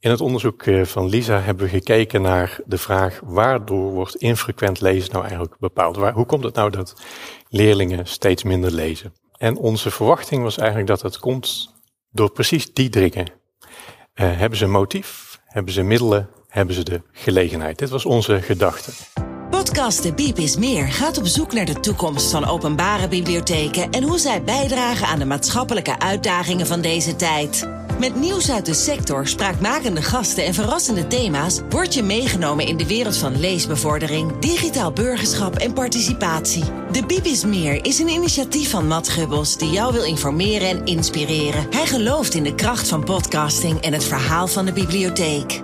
In het onderzoek van Lisa hebben we gekeken naar de vraag: waardoor wordt infrequent lezen nou eigenlijk bepaald? Hoe komt het nou dat leerlingen steeds minder lezen? En onze verwachting was eigenlijk dat het komt door precies die dingen. Hebben ze een motief? Hebben ze middelen? Hebben ze de gelegenheid? Dit was onze gedachte. Podcast De Biep is Meer gaat op zoek naar de toekomst van openbare bibliotheken en hoe zij bijdragen aan de maatschappelijke uitdagingen van deze tijd. Met nieuws uit de sector, spraakmakende gasten en verrassende thema's word je meegenomen in de wereld van leesbevordering, digitaal burgerschap en participatie. De Biep is Meer is een initiatief van Matt Gubbels die jou wil informeren en inspireren. Hij gelooft in de kracht van podcasting en het verhaal van de bibliotheek.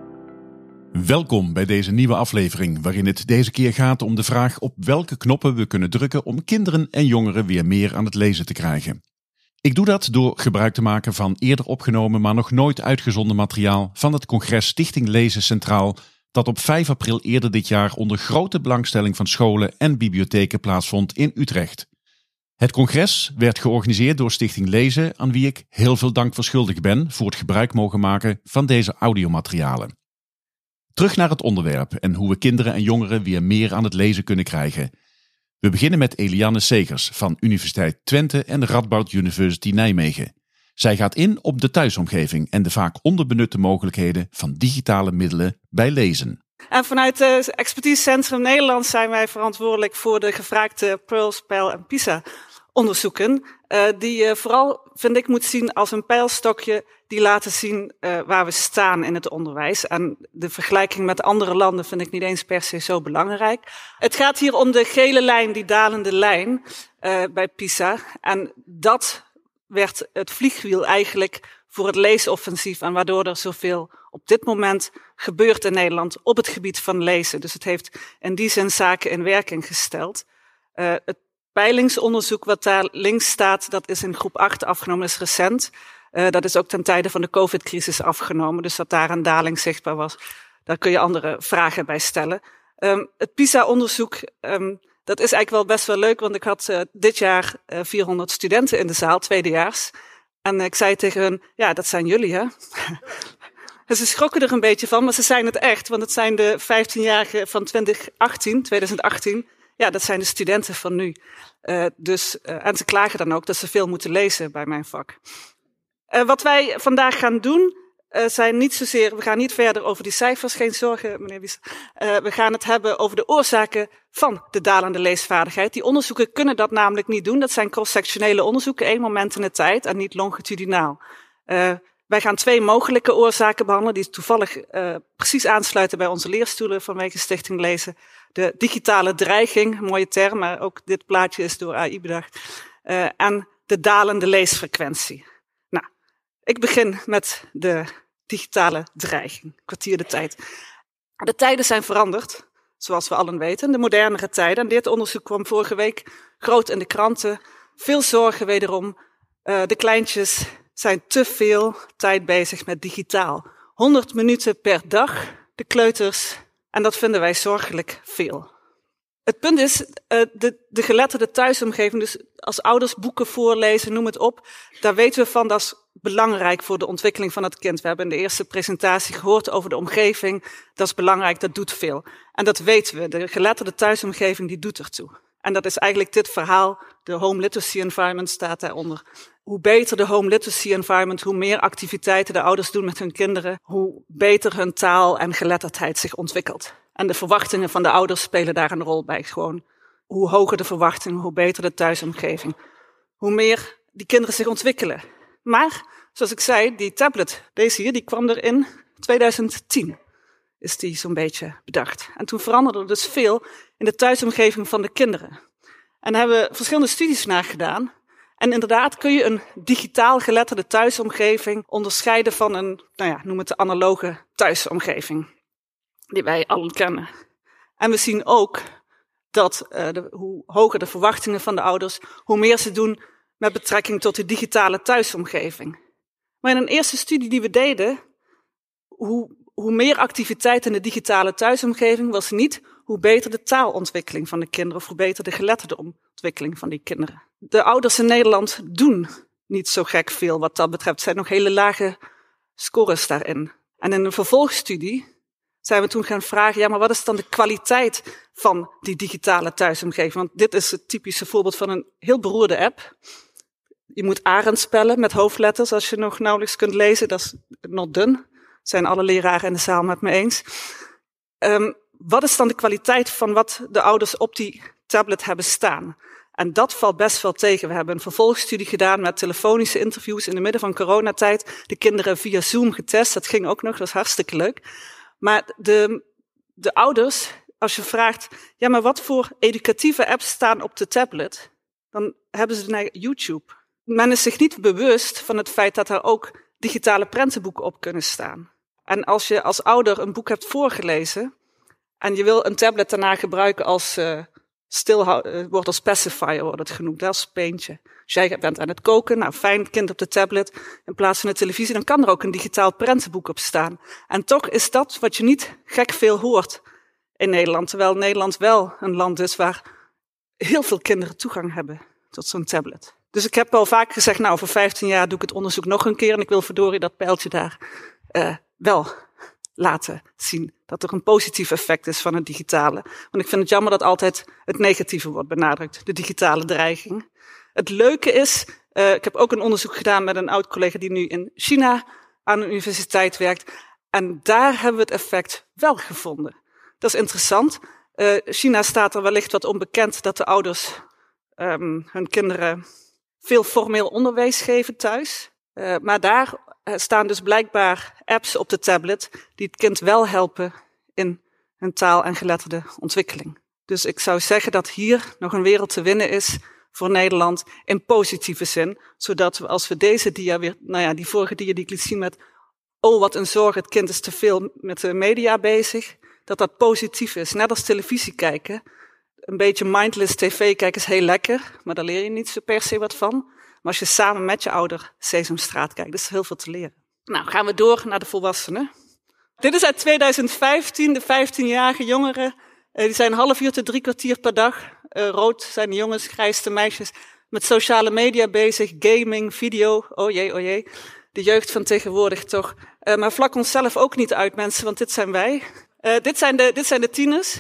Welkom bij deze nieuwe aflevering, waarin het deze keer gaat om de vraag op welke knoppen we kunnen drukken om kinderen en jongeren weer meer aan het lezen te krijgen. Ik doe dat door gebruik te maken van eerder opgenomen, maar nog nooit uitgezonden materiaal van het congres Stichting Lezen Centraal, dat op 5 april eerder dit jaar onder grote belangstelling van scholen en bibliotheken plaatsvond in Utrecht. Het congres werd georganiseerd door Stichting Lezen, aan wie ik heel veel dank verschuldigd ben voor het gebruik mogen maken van deze audiomaterialen. Terug naar het onderwerp en hoe we kinderen en jongeren weer meer aan het lezen kunnen krijgen. We beginnen met Eliane Segers van Universiteit Twente en de Radboud University Nijmegen. Zij gaat in op de thuisomgeving en de vaak onderbenutte mogelijkheden van digitale middelen bij lezen. En vanuit het Expertisecentrum Nederland zijn wij verantwoordelijk voor de gevraagde Pearls, Pijl en PISA onderzoeken. Die je vooral, vind ik, moet zien als een pijlstokje die laten zien waar we staan in het onderwijs. En de vergelijking met andere landen vind ik niet eens per se zo belangrijk. Het gaat hier om de gele lijn, die dalende lijn bij PISA. En dat werd het vliegwiel eigenlijk voor het leesoffensief en waardoor er zoveel op dit moment gebeurt in Nederland op het gebied van lezen. Dus het heeft in die zin zaken in werking gesteld. Het peilingsonderzoek wat daar links staat, dat is in groep 8 afgenomen, is recent. Dat is ook ten tijde van de COVID-crisis afgenomen, dus dat daar een daling zichtbaar was. Daar kun je andere vragen bij stellen. Het PISA-onderzoek, dat is eigenlijk wel best wel leuk, want ik had dit jaar 400 studenten in de zaal, tweedejaars. En ik zei tegen hun, ja, dat zijn jullie, hè? En ze schrokken er een beetje van, maar ze zijn het echt, want het zijn de 15-jarigen van 2018. Ja, dat zijn de studenten van nu. En ze klagen dan ook dat ze veel moeten lezen bij mijn vak. Wat wij vandaag gaan doen, zijn niet zozeer, we gaan niet verder over die cijfers, geen zorgen, meneer Wies. We gaan het hebben over de oorzaken van de dalende leesvaardigheid. Die onderzoeken kunnen dat namelijk niet doen. Dat zijn cross-sectionele onderzoeken, 1 moment in de tijd en niet longitudinaal. Wij gaan 2 mogelijke oorzaken behandelen, die toevallig precies aansluiten bij onze leerstoelen vanwege Stichting Lezen. De digitale dreiging, mooie term, maar ook dit plaatje is door AI bedacht. En de dalende leesfrequentie. Nou, ik begin met de digitale dreiging. Kwartier de tijd. De tijden zijn veranderd, zoals we allen weten, de modernere tijden. En dit onderzoek kwam vorige week groot in de kranten. Veel zorgen wederom. De kleintjes zijn te veel tijd bezig met digitaal. 100 minuten per dag, de kleuters. En dat vinden wij zorgelijk veel. Het punt is, de geletterde thuisomgeving, dus als ouders boeken voorlezen, noem het op, daar weten we van, dat is belangrijk voor de ontwikkeling van het kind. We hebben in de eerste presentatie gehoord over de omgeving, dat is belangrijk, dat doet veel. En dat weten we, de geletterde thuisomgeving die doet ertoe. En dat is eigenlijk dit verhaal, de home literacy environment staat daaronder. Hoe beter de home literacy environment, hoe meer activiteiten de ouders doen met hun kinderen, hoe beter hun taal en geletterdheid zich ontwikkelt. En de verwachtingen van de ouders spelen daar een rol bij. Gewoon, hoe hoger de verwachtingen, hoe beter de thuisomgeving. Hoe meer die kinderen zich ontwikkelen. Maar, zoals ik zei, die tablet, deze hier, die kwam er in 2010. Is die zo'n beetje bedacht. En toen veranderde er dus veel in de thuisomgeving van de kinderen. En daar hebben we verschillende studies naar gedaan. En inderdaad kun je een digitaal geletterde thuisomgeving onderscheiden van een, noem het de analoge thuisomgeving. Die wij allen kennen. En we zien ook dat hoe hoger de verwachtingen van de ouders, hoe meer ze doen met betrekking tot de digitale thuisomgeving. Maar in een eerste studie die we deden, hoe meer activiteit in de digitale thuisomgeving was niet hoe beter de taalontwikkeling van de kinderen of hoe beter de geletterde ontwikkeling van die kinderen. De ouders in Nederland doen niet zo gek veel wat dat betreft. Er zijn nog hele lage scores daarin. En in een vervolgstudie zijn we toen gaan vragen, ja, maar wat is dan de kwaliteit van die digitale thuisomgeving? Want dit is het typische voorbeeld van een heel beroerde app. Je moet arend spellen met hoofdletters als je nog nauwelijks kunt lezen. Dat is not done. Zijn alle leraren in de zaal met me eens. Wat is dan de kwaliteit van wat de ouders op die tablet hebben staan? En dat valt best wel tegen. We hebben een vervolgstudie gedaan met telefonische interviews in het midden van coronatijd. De kinderen via Zoom getest. Dat ging ook nog, dat was hartstikke leuk. Maar de ouders, als je vraagt, ja, maar wat voor educatieve apps staan op de tablet? Dan hebben ze naar YouTube. Men is zich niet bewust van het feit dat er ook digitale prentenboeken op kunnen staan. En als je als ouder een boek hebt voorgelezen en je wil een tablet daarna gebruiken als wordt als pacifier wordt het genoemd, als speentje. Als jij bent aan het koken, nou fijn, kind op de tablet in plaats van de televisie, dan kan er ook een digitaal prentenboek op staan. En toch is dat wat je niet gek veel hoort in Nederland, terwijl Nederland wel een land is waar heel veel kinderen toegang hebben tot zo'n tablet. Dus ik heb al vaak gezegd, nou over 15 jaar doe ik het onderzoek nog een keer en ik wil verdorie dat pijltje daar wel laten zien. Dat er een positief effect is van het digitale. Want ik vind het jammer dat altijd het negatieve wordt benadrukt. De digitale dreiging. Het leuke is, ik heb ook een onderzoek gedaan met een oud-collega die nu in China aan een universiteit werkt. En daar hebben we het effect wel gevonden. Dat is interessant. China staat er wellicht wat onbekend dat de ouders hun kinderen veel formeel onderwijs geven thuis. Maar daar staan dus blijkbaar apps op de tablet die het kind wel helpen in hun taal- en geletterde ontwikkeling. Dus ik zou zeggen dat hier nog een wereld te winnen is voor Nederland in positieve zin. Zodat we als we deze dia weer, die vorige dia die ik liet zien met, oh wat een zorg, het kind is te veel met de media bezig. Dat positief is. Net als televisie kijken. Een beetje mindless tv kijken is heel lekker, maar daar leer je niet zo per se wat van. Maar als je samen met je ouder Sesamstraat kijkt, is er heel veel te leren. Nou, gaan we door naar de volwassenen. Dit is uit 2015, de 15-jarige jongeren. Die zijn een half uur tot 3 kwartier per dag. Rood zijn de jongens, grijs de meisjes. Met sociale media bezig, gaming, video. Oh jee. De jeugd van tegenwoordig toch. Maar vlak onszelf ook niet uit, mensen, want dit zijn wij. Dit zijn de tieners.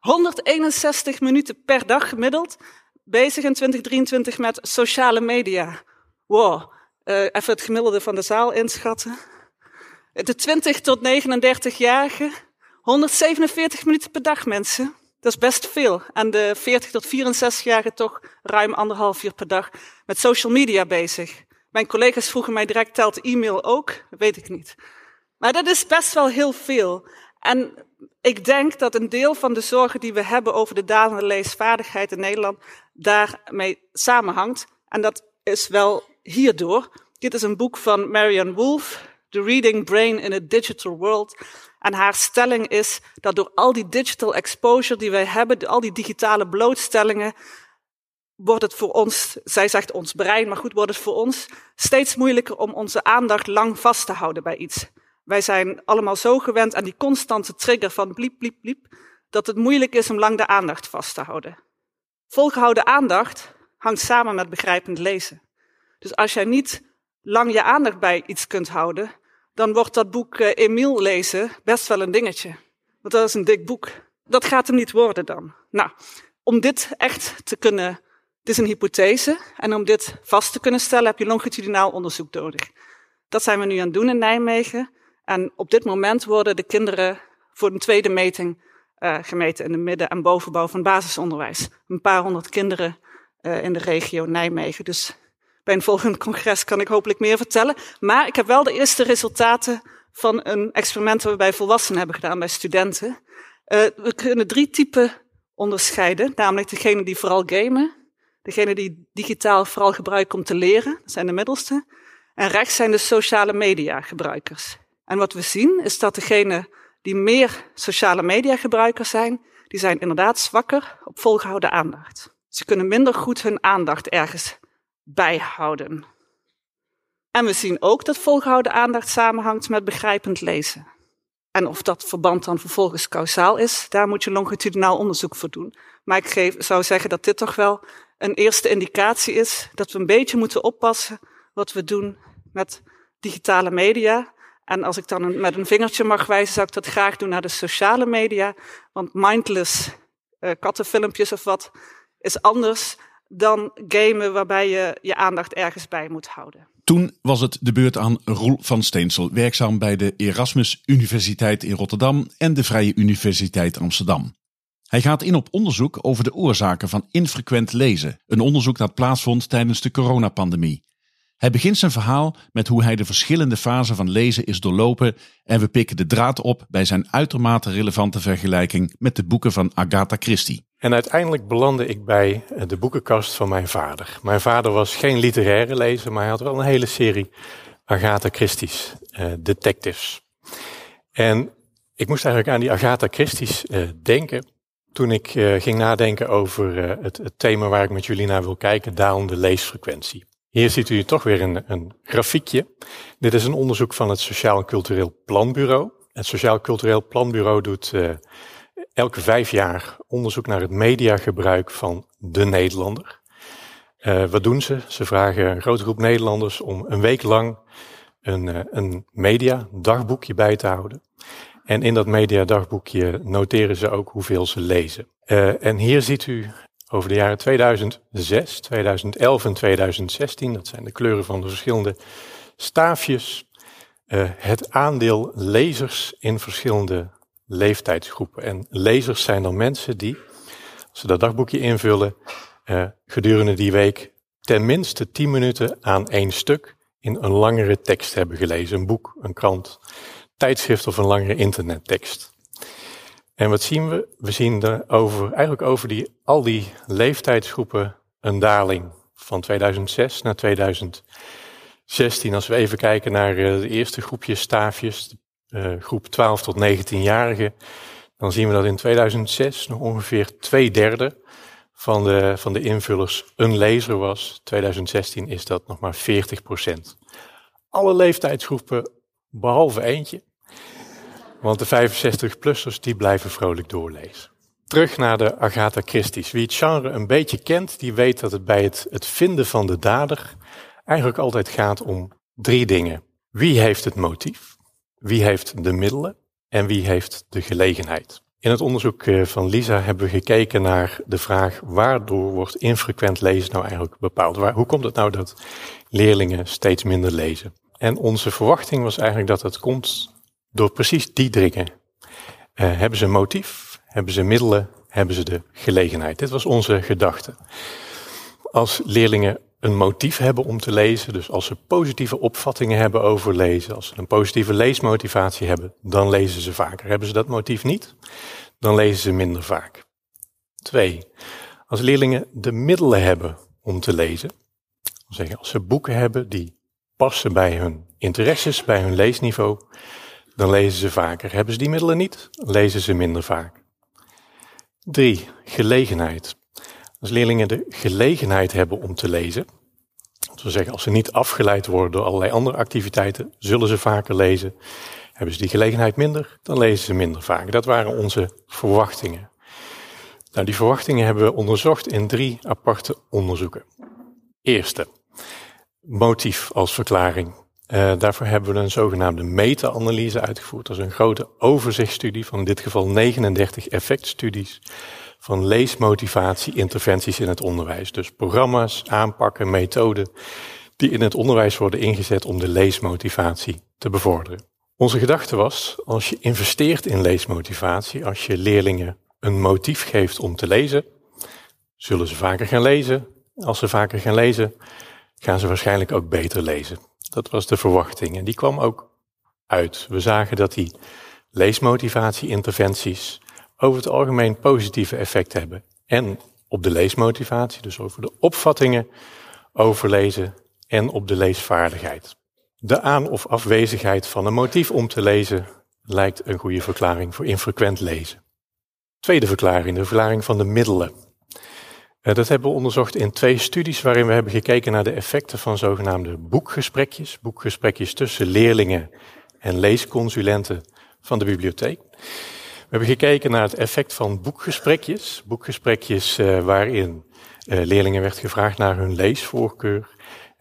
161 minuten per dag gemiddeld. Bezig in 2023 met sociale media. Wow, even het gemiddelde van de zaal inschatten. De 20 tot 39-jarigen, 147 minuten per dag, mensen. Dat is best veel. En de 40 tot 64-jarigen toch ruim 1,5 uur per dag met social media bezig. Mijn collega's vroegen mij direct, telt e-mail ook? Dat weet ik niet. Maar dat is best wel heel veel. En ik denk dat een deel van de zorgen die we hebben over de dalende leesvaardigheid in Nederland daarmee samenhangt. En dat is wel hierdoor. Dit is een boek van Marianne Wolf, The Reading Brain in a Digital World. En haar stelling is dat door al die digital exposure die wij hebben, al die digitale blootstellingen, wordt het voor ons, zij zegt ons brein, maar goed, wordt het voor ons steeds moeilijker om onze aandacht lang vast te houden bij iets. Wij zijn allemaal zo gewend aan die constante trigger van bliep, bliep, bliep, dat het moeilijk is om lang de aandacht vast te houden. Volgehouden aandacht hangt samen met begrijpend lezen. Dus als jij niet lang je aandacht bij iets kunt houden, dan wordt dat boek Emile lezen best wel een dingetje. Want dat is een dik boek. Dat gaat hem niet worden dan. Nou, om dit echt te kunnen, dit is een hypothese, en om dit vast te kunnen stellen heb je longitudinaal onderzoek nodig. Dat zijn we nu aan het doen in Nijmegen. En op dit moment worden de kinderen voor een tweede meting gemeten in de midden- en bovenbouw van basisonderwijs. Een paar honderd kinderen in de regio Nijmegen. Dus bij een volgend congres kan ik hopelijk meer vertellen. Maar ik heb wel de eerste resultaten van een experiment dat we bij volwassenen hebben gedaan, bij studenten. We kunnen 3 typen onderscheiden. Namelijk degene die vooral gamen. Degene die digitaal vooral gebruiken om te leren. Dat zijn de middelste. En rechts zijn de sociale media gebruikers. En wat we zien is dat degenen die meer sociale media gebruikers zijn, die zijn inderdaad zwakker op volgehouden aandacht. Ze kunnen minder goed hun aandacht ergens bijhouden. En we zien ook dat volgehouden aandacht samenhangt met begrijpend lezen. En of dat verband dan vervolgens kausaal is, daar moet je longitudinaal onderzoek voor doen. Maar ik zou zeggen dat dit toch wel een eerste indicatie is dat we een beetje moeten oppassen wat we doen met digitale media. En als ik dan met een vingertje mag wijzen, zou ik dat graag doen naar de sociale media. Want mindless kattenfilmpjes of wat is anders dan gamen waarbij je je aandacht ergens bij moet houden. Toen was het de beurt aan Roel van Steensel, werkzaam bij de Erasmus Universiteit in Rotterdam en de Vrije Universiteit Amsterdam. Hij gaat in op onderzoek over de oorzaken van infrequent lezen, een onderzoek dat plaatsvond tijdens de coronapandemie. Hij begint zijn verhaal met hoe hij de verschillende fasen van lezen is doorlopen en we pikken de draad op bij zijn uitermate relevante vergelijking met de boeken van Agatha Christie. En uiteindelijk belandde ik bij de boekenkast van mijn vader. Mijn vader was geen literaire lezer, maar hij had wel een hele serie Agatha Christie's, detectives. En ik moest eigenlijk aan die Agatha Christie's denken toen ik ging nadenken over het thema waar ik met jullie naar wil kijken, dalende leesfrequentie. Hier ziet u toch weer een grafiekje. Dit is een onderzoek van het Sociaal Cultureel Planbureau. Het Sociaal Cultureel Planbureau doet elke 5 jaar onderzoek naar het mediagebruik van de Nederlander. Wat doen ze? Ze vragen een grote groep Nederlanders om een week lang een mediadagboekje bij te houden. En in dat mediadagboekje noteren ze ook hoeveel ze lezen. En hier ziet u over de jaren 2006, 2011 en 2016, dat zijn de kleuren van de verschillende staafjes, het aandeel lezers in verschillende leeftijdsgroepen. En lezers zijn dan mensen die, als ze dat dagboekje invullen, gedurende die week tenminste 10 minuten aan 1 stuk in een langere tekst hebben gelezen. Een boek, een krant, tijdschrift of een langere internettekst. En wat zien we? We zien er over al die leeftijdsgroepen een daling van 2006 naar 2016. Als we even kijken naar de eerste groepje staafjes, groep 12 tot 19-jarigen, dan zien we dat in 2006 nog ongeveer 2/3 van de invullers een lezer was. 2016 is dat nog maar 40%. Alle leeftijdsgroepen behalve eentje. Want de 65-plussers die blijven vrolijk doorlezen. Terug naar de Agatha Christie's. Wie het genre een beetje kent, die weet dat het bij het vinden van de dader eigenlijk altijd gaat om 3 dingen. Wie heeft het motief? Wie heeft de middelen? En wie heeft de gelegenheid? In het onderzoek van Lisa hebben we gekeken naar de vraag: waardoor wordt infrequent lezen nou eigenlijk bepaald? Hoe komt het nou dat leerlingen steeds minder lezen? En onze verwachting was eigenlijk dat het komt door precies die dingen. Hebben ze een motief? Hebben ze middelen? Hebben ze de gelegenheid? Dit was onze gedachte. Als leerlingen een motief hebben om te lezen, dus als ze positieve opvattingen hebben over lezen, als ze een positieve leesmotivatie hebben, dan lezen ze vaker. Hebben ze dat motief niet, dan lezen ze minder vaak. 2. Als leerlingen de middelen hebben om te lezen, als ze boeken hebben die passen bij hun interesses, bij hun leesniveau, dan lezen ze vaker. Hebben ze die middelen niet, lezen ze minder vaak. 3. Gelegenheid. Als leerlingen de gelegenheid hebben om te lezen, als ze niet afgeleid worden door allerlei andere activiteiten, zullen ze vaker lezen. Hebben ze die gelegenheid minder, dan lezen ze minder vaak. Dat waren onze verwachtingen. Nou, die verwachtingen hebben we onderzocht in 3 aparte onderzoeken. Eerste, motief als verklaring. Daarvoor hebben we een zogenaamde meta-analyse uitgevoerd. Dat is een grote overzichtsstudie van in dit geval 39 effectstudies van leesmotivatie, interventies in het onderwijs. Dus programma's, aanpakken, methoden die in het onderwijs worden ingezet om de leesmotivatie te bevorderen. Onze gedachte was, als je investeert in leesmotivatie, als je leerlingen een motief geeft om te lezen, zullen ze vaker gaan lezen. Als ze vaker gaan lezen, gaan ze waarschijnlijk ook beter lezen. Dat was de verwachting en die kwam ook uit. We zagen dat die leesmotivatie-interventies over het algemeen positieve effect hebben. En op de leesmotivatie, dus over de opvattingen over lezen en op de leesvaardigheid. De aan- of afwezigheid van een motief om te lezen lijkt een goede verklaring voor infrequent lezen. Tweede verklaring, de verklaring van de middelen. Dat hebben we onderzocht in 2 studies waarin we hebben gekeken naar de effecten van zogenaamde boekgesprekjes. Boekgesprekjes tussen leerlingen en leesconsulenten van de bibliotheek. We hebben gekeken naar het effect van boekgesprekjes. Boekgesprekjes waarin leerlingen werd gevraagd naar hun leesvoorkeur.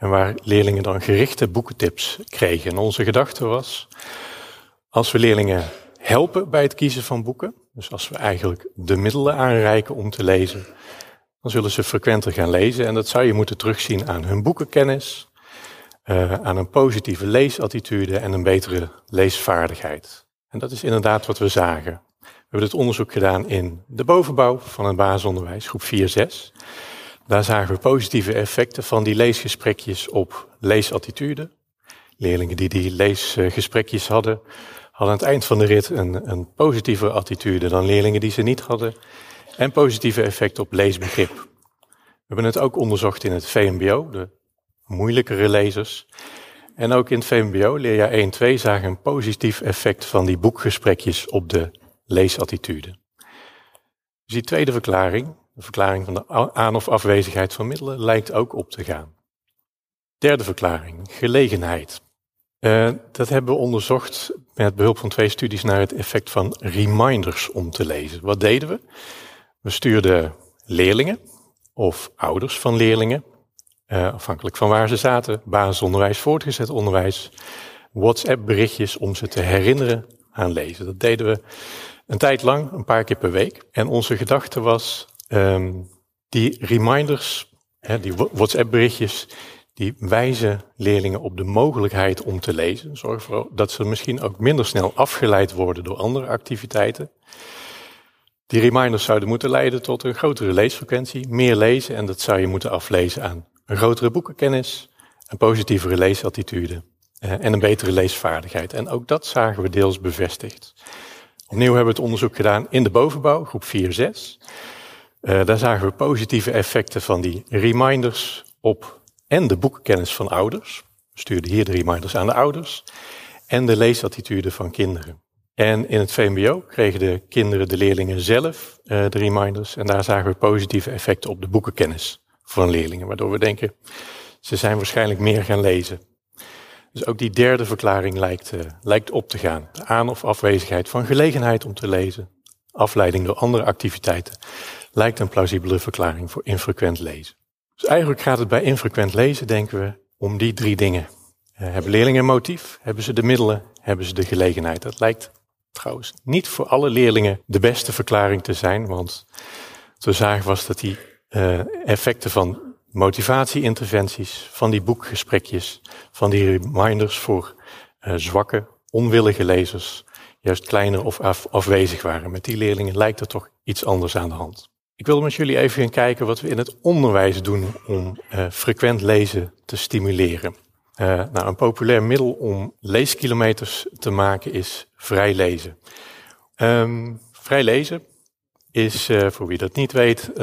En waar leerlingen dan gerichte boekentips kregen. En onze gedachte was, als we leerlingen helpen bij het kiezen van boeken, dus als we eigenlijk de middelen aanreiken om te lezen, dan zullen ze frequenter gaan lezen. En dat zou je moeten terugzien aan hun boekenkennis, aan een positieve leesattitude en een betere leesvaardigheid. En dat is inderdaad wat we zagen. We hebben dit onderzoek gedaan in de bovenbouw van het basisonderwijs, groep 4-6. Daar zagen we positieve effecten van die leesgesprekjes op leesattitude. Leerlingen die leesgesprekjes hadden aan het eind van de rit een positieve attitude dan leerlingen die ze niet hadden. En positieve effecten op leesbegrip. We hebben het ook onderzocht in het VMBO, de moeilijkere lezers. En ook in het VMBO, leerjaar 1-2, zagen een positief effect van die boekgesprekjes op de leesattitude. Dus die tweede verklaring, de verklaring van de aan- of afwezigheid van middelen, lijkt ook op te gaan. Derde verklaring, gelegenheid. Dat hebben we onderzocht met behulp van 2 studies naar het effect van reminders om te lezen. Wat deden we? We stuurden leerlingen of ouders van leerlingen, afhankelijk van waar ze zaten, basisonderwijs, voortgezet onderwijs, WhatsApp-berichtjes om ze te herinneren aan lezen. Dat deden we een tijd lang, een paar keer per week. En onze gedachte was, die reminders, die WhatsApp-berichtjes, die wijzen leerlingen op de mogelijkheid om te lezen. Zorg ervoor dat ze misschien ook minder snel afgeleid worden door andere activiteiten. Die reminders zouden moeten leiden tot een grotere leesfrequentie, meer lezen. En dat zou je moeten aflezen aan een grotere boekenkennis, een positievere leesattitude en een betere leesvaardigheid. En ook dat zagen we deels bevestigd. Opnieuw hebben we het onderzoek gedaan in de bovenbouw, groep 4-6. Daar zagen we positieve effecten van die reminders op en de boekenkennis van ouders. We stuurden hier de reminders aan de ouders. En de leesattitude van kinderen. En in het VMBO kregen de kinderen, de leerlingen zelf de reminders. En daar zagen we positieve effecten op de boekenkennis van leerlingen. Waardoor we denken, ze zijn waarschijnlijk meer gaan lezen. Dus ook die derde verklaring lijkt op te gaan. De aan- of afwezigheid van gelegenheid om te lezen. Afleiding door andere activiteiten. Lijkt een plausibele verklaring voor infrequent lezen. Dus eigenlijk gaat het bij infrequent lezen, denken we, om die 3 dingen. Hebben leerlingen een motief? Hebben ze de middelen? Hebben ze de gelegenheid? Dat lijkt trouwens niet voor alle leerlingen de beste verklaring te zijn, want wat we zagen was dat die effecten van motivatie-interventies, van die boekgesprekjes, van die reminders voor zwakke, onwillige lezers, juist kleiner of afwezig waren. Met die leerlingen lijkt er toch iets anders aan de hand. Ik wil met jullie even gaan kijken wat we in het onderwijs doen om frequent lezen te stimuleren. Een populair middel om leeskilometers te maken is vrij lezen. Vrij lezen is, voor wie dat niet weet,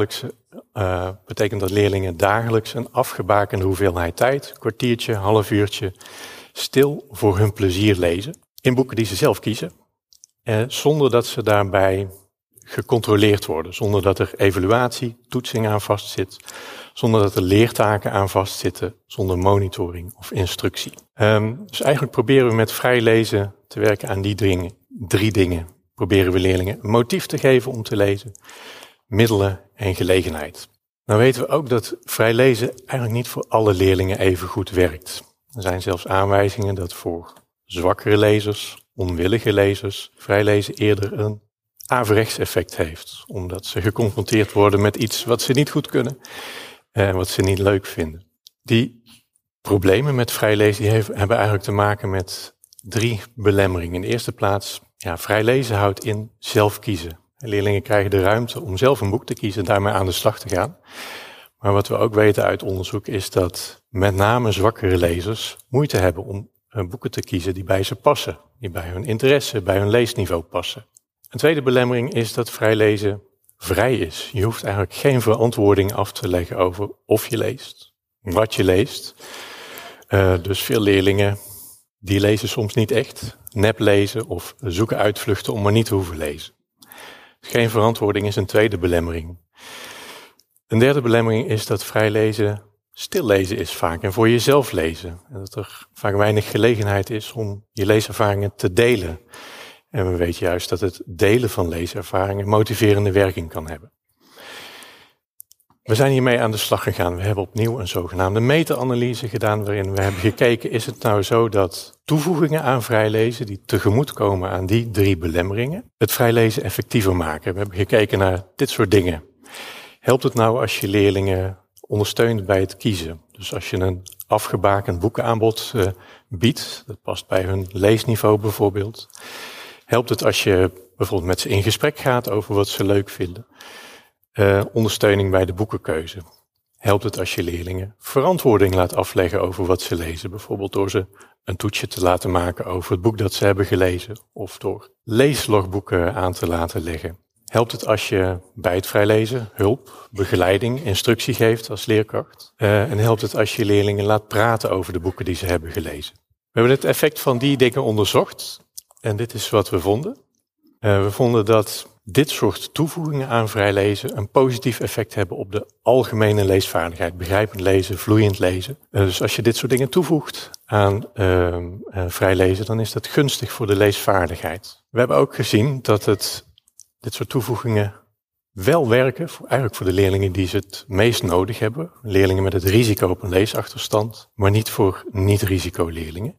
betekent dat leerlingen dagelijks een afgebakende hoeveelheid tijd, een kwartiertje, half uurtje, stil voor hun plezier lezen. In boeken die ze zelf kiezen, zonder dat ze daarbij gecontroleerd worden, zonder dat er evaluatie, toetsing aan vastzit, zonder dat er leertaken aan vastzitten, zonder monitoring of instructie. Dus eigenlijk proberen we met vrij lezen te werken aan die 3 dingen. Proberen we leerlingen een motief te geven om te lezen, middelen en gelegenheid. Nou weten we ook dat vrij lezen eigenlijk niet voor alle leerlingen even goed werkt. Er zijn zelfs aanwijzingen dat voor zwakkere lezers, onwillige lezers, vrij lezen eerder een averechts effect heeft. Omdat ze geconfronteerd worden met iets wat ze niet goed kunnen en wat ze niet leuk vinden. Die problemen met vrij lezen hebben eigenlijk te maken met 3 belemmeringen. In de eerste plaats, vrij lezen houdt in zelf kiezen. Leerlingen krijgen de ruimte om zelf een boek te kiezen en daarmee aan de slag te gaan. Maar wat we ook weten uit onderzoek is dat met name zwakkere lezers moeite hebben om boeken te kiezen die bij ze passen. Die bij hun interesse, bij hun leesniveau passen. Een tweede belemmering is dat vrij lezen vrij is. Je hoeft eigenlijk geen verantwoording af te leggen over of je leest, wat je leest. Dus veel leerlingen die lezen soms niet echt, nep lezen of zoeken uitvluchten om maar niet te hoeven lezen. Dus geen verantwoording is een tweede belemmering. Een derde belemmering is dat vrij lezen stil lezen is vaak en voor jezelf lezen. En dat er vaak weinig gelegenheid is om je leeservaringen te delen. En we weten juist dat het delen van leeservaringen motiverende werking kan hebben. We zijn hiermee aan de slag gegaan. We hebben opnieuw een zogenaamde meta-analyse gedaan, waarin we hebben gekeken, is het nou zo dat toevoegingen aan vrijlezen, die tegemoetkomen aan die 3 belemmeringen, het vrijlezen effectiever maken. We hebben gekeken naar dit soort dingen. Helpt het nou als je leerlingen ondersteunt bij het kiezen? Dus als je een afgebakend boekenaanbod biedt, dat past bij hun leesniveau bijvoorbeeld. Helpt het als je bijvoorbeeld met ze in gesprek gaat over wat ze leuk vinden? Ondersteuning bij de boekenkeuze. Helpt het als je leerlingen verantwoording laat afleggen over wat ze lezen? Bijvoorbeeld door ze een toetsje te laten maken over het boek dat ze hebben gelezen. Of door leeslogboeken aan te laten leggen. Helpt het als je bij het vrijlezen hulp, begeleiding, instructie geeft als leerkracht? En helpt het als je leerlingen laat praten over de boeken die ze hebben gelezen? We hebben het effect van die dingen onderzocht. En dit is wat we vonden. We vonden dat dit soort toevoegingen aan vrijlezen een positief effect hebben op de algemene leesvaardigheid. Begrijpend lezen, vloeiend lezen. Dus als je dit soort dingen toevoegt aan vrijlezen, dan is dat gunstig voor de leesvaardigheid. We hebben ook gezien dat dit soort toevoegingen wel werken, eigenlijk voor de leerlingen die ze het meest nodig hebben. Leerlingen met het risico op een leesachterstand, maar niet voor niet-risicoleerlingen.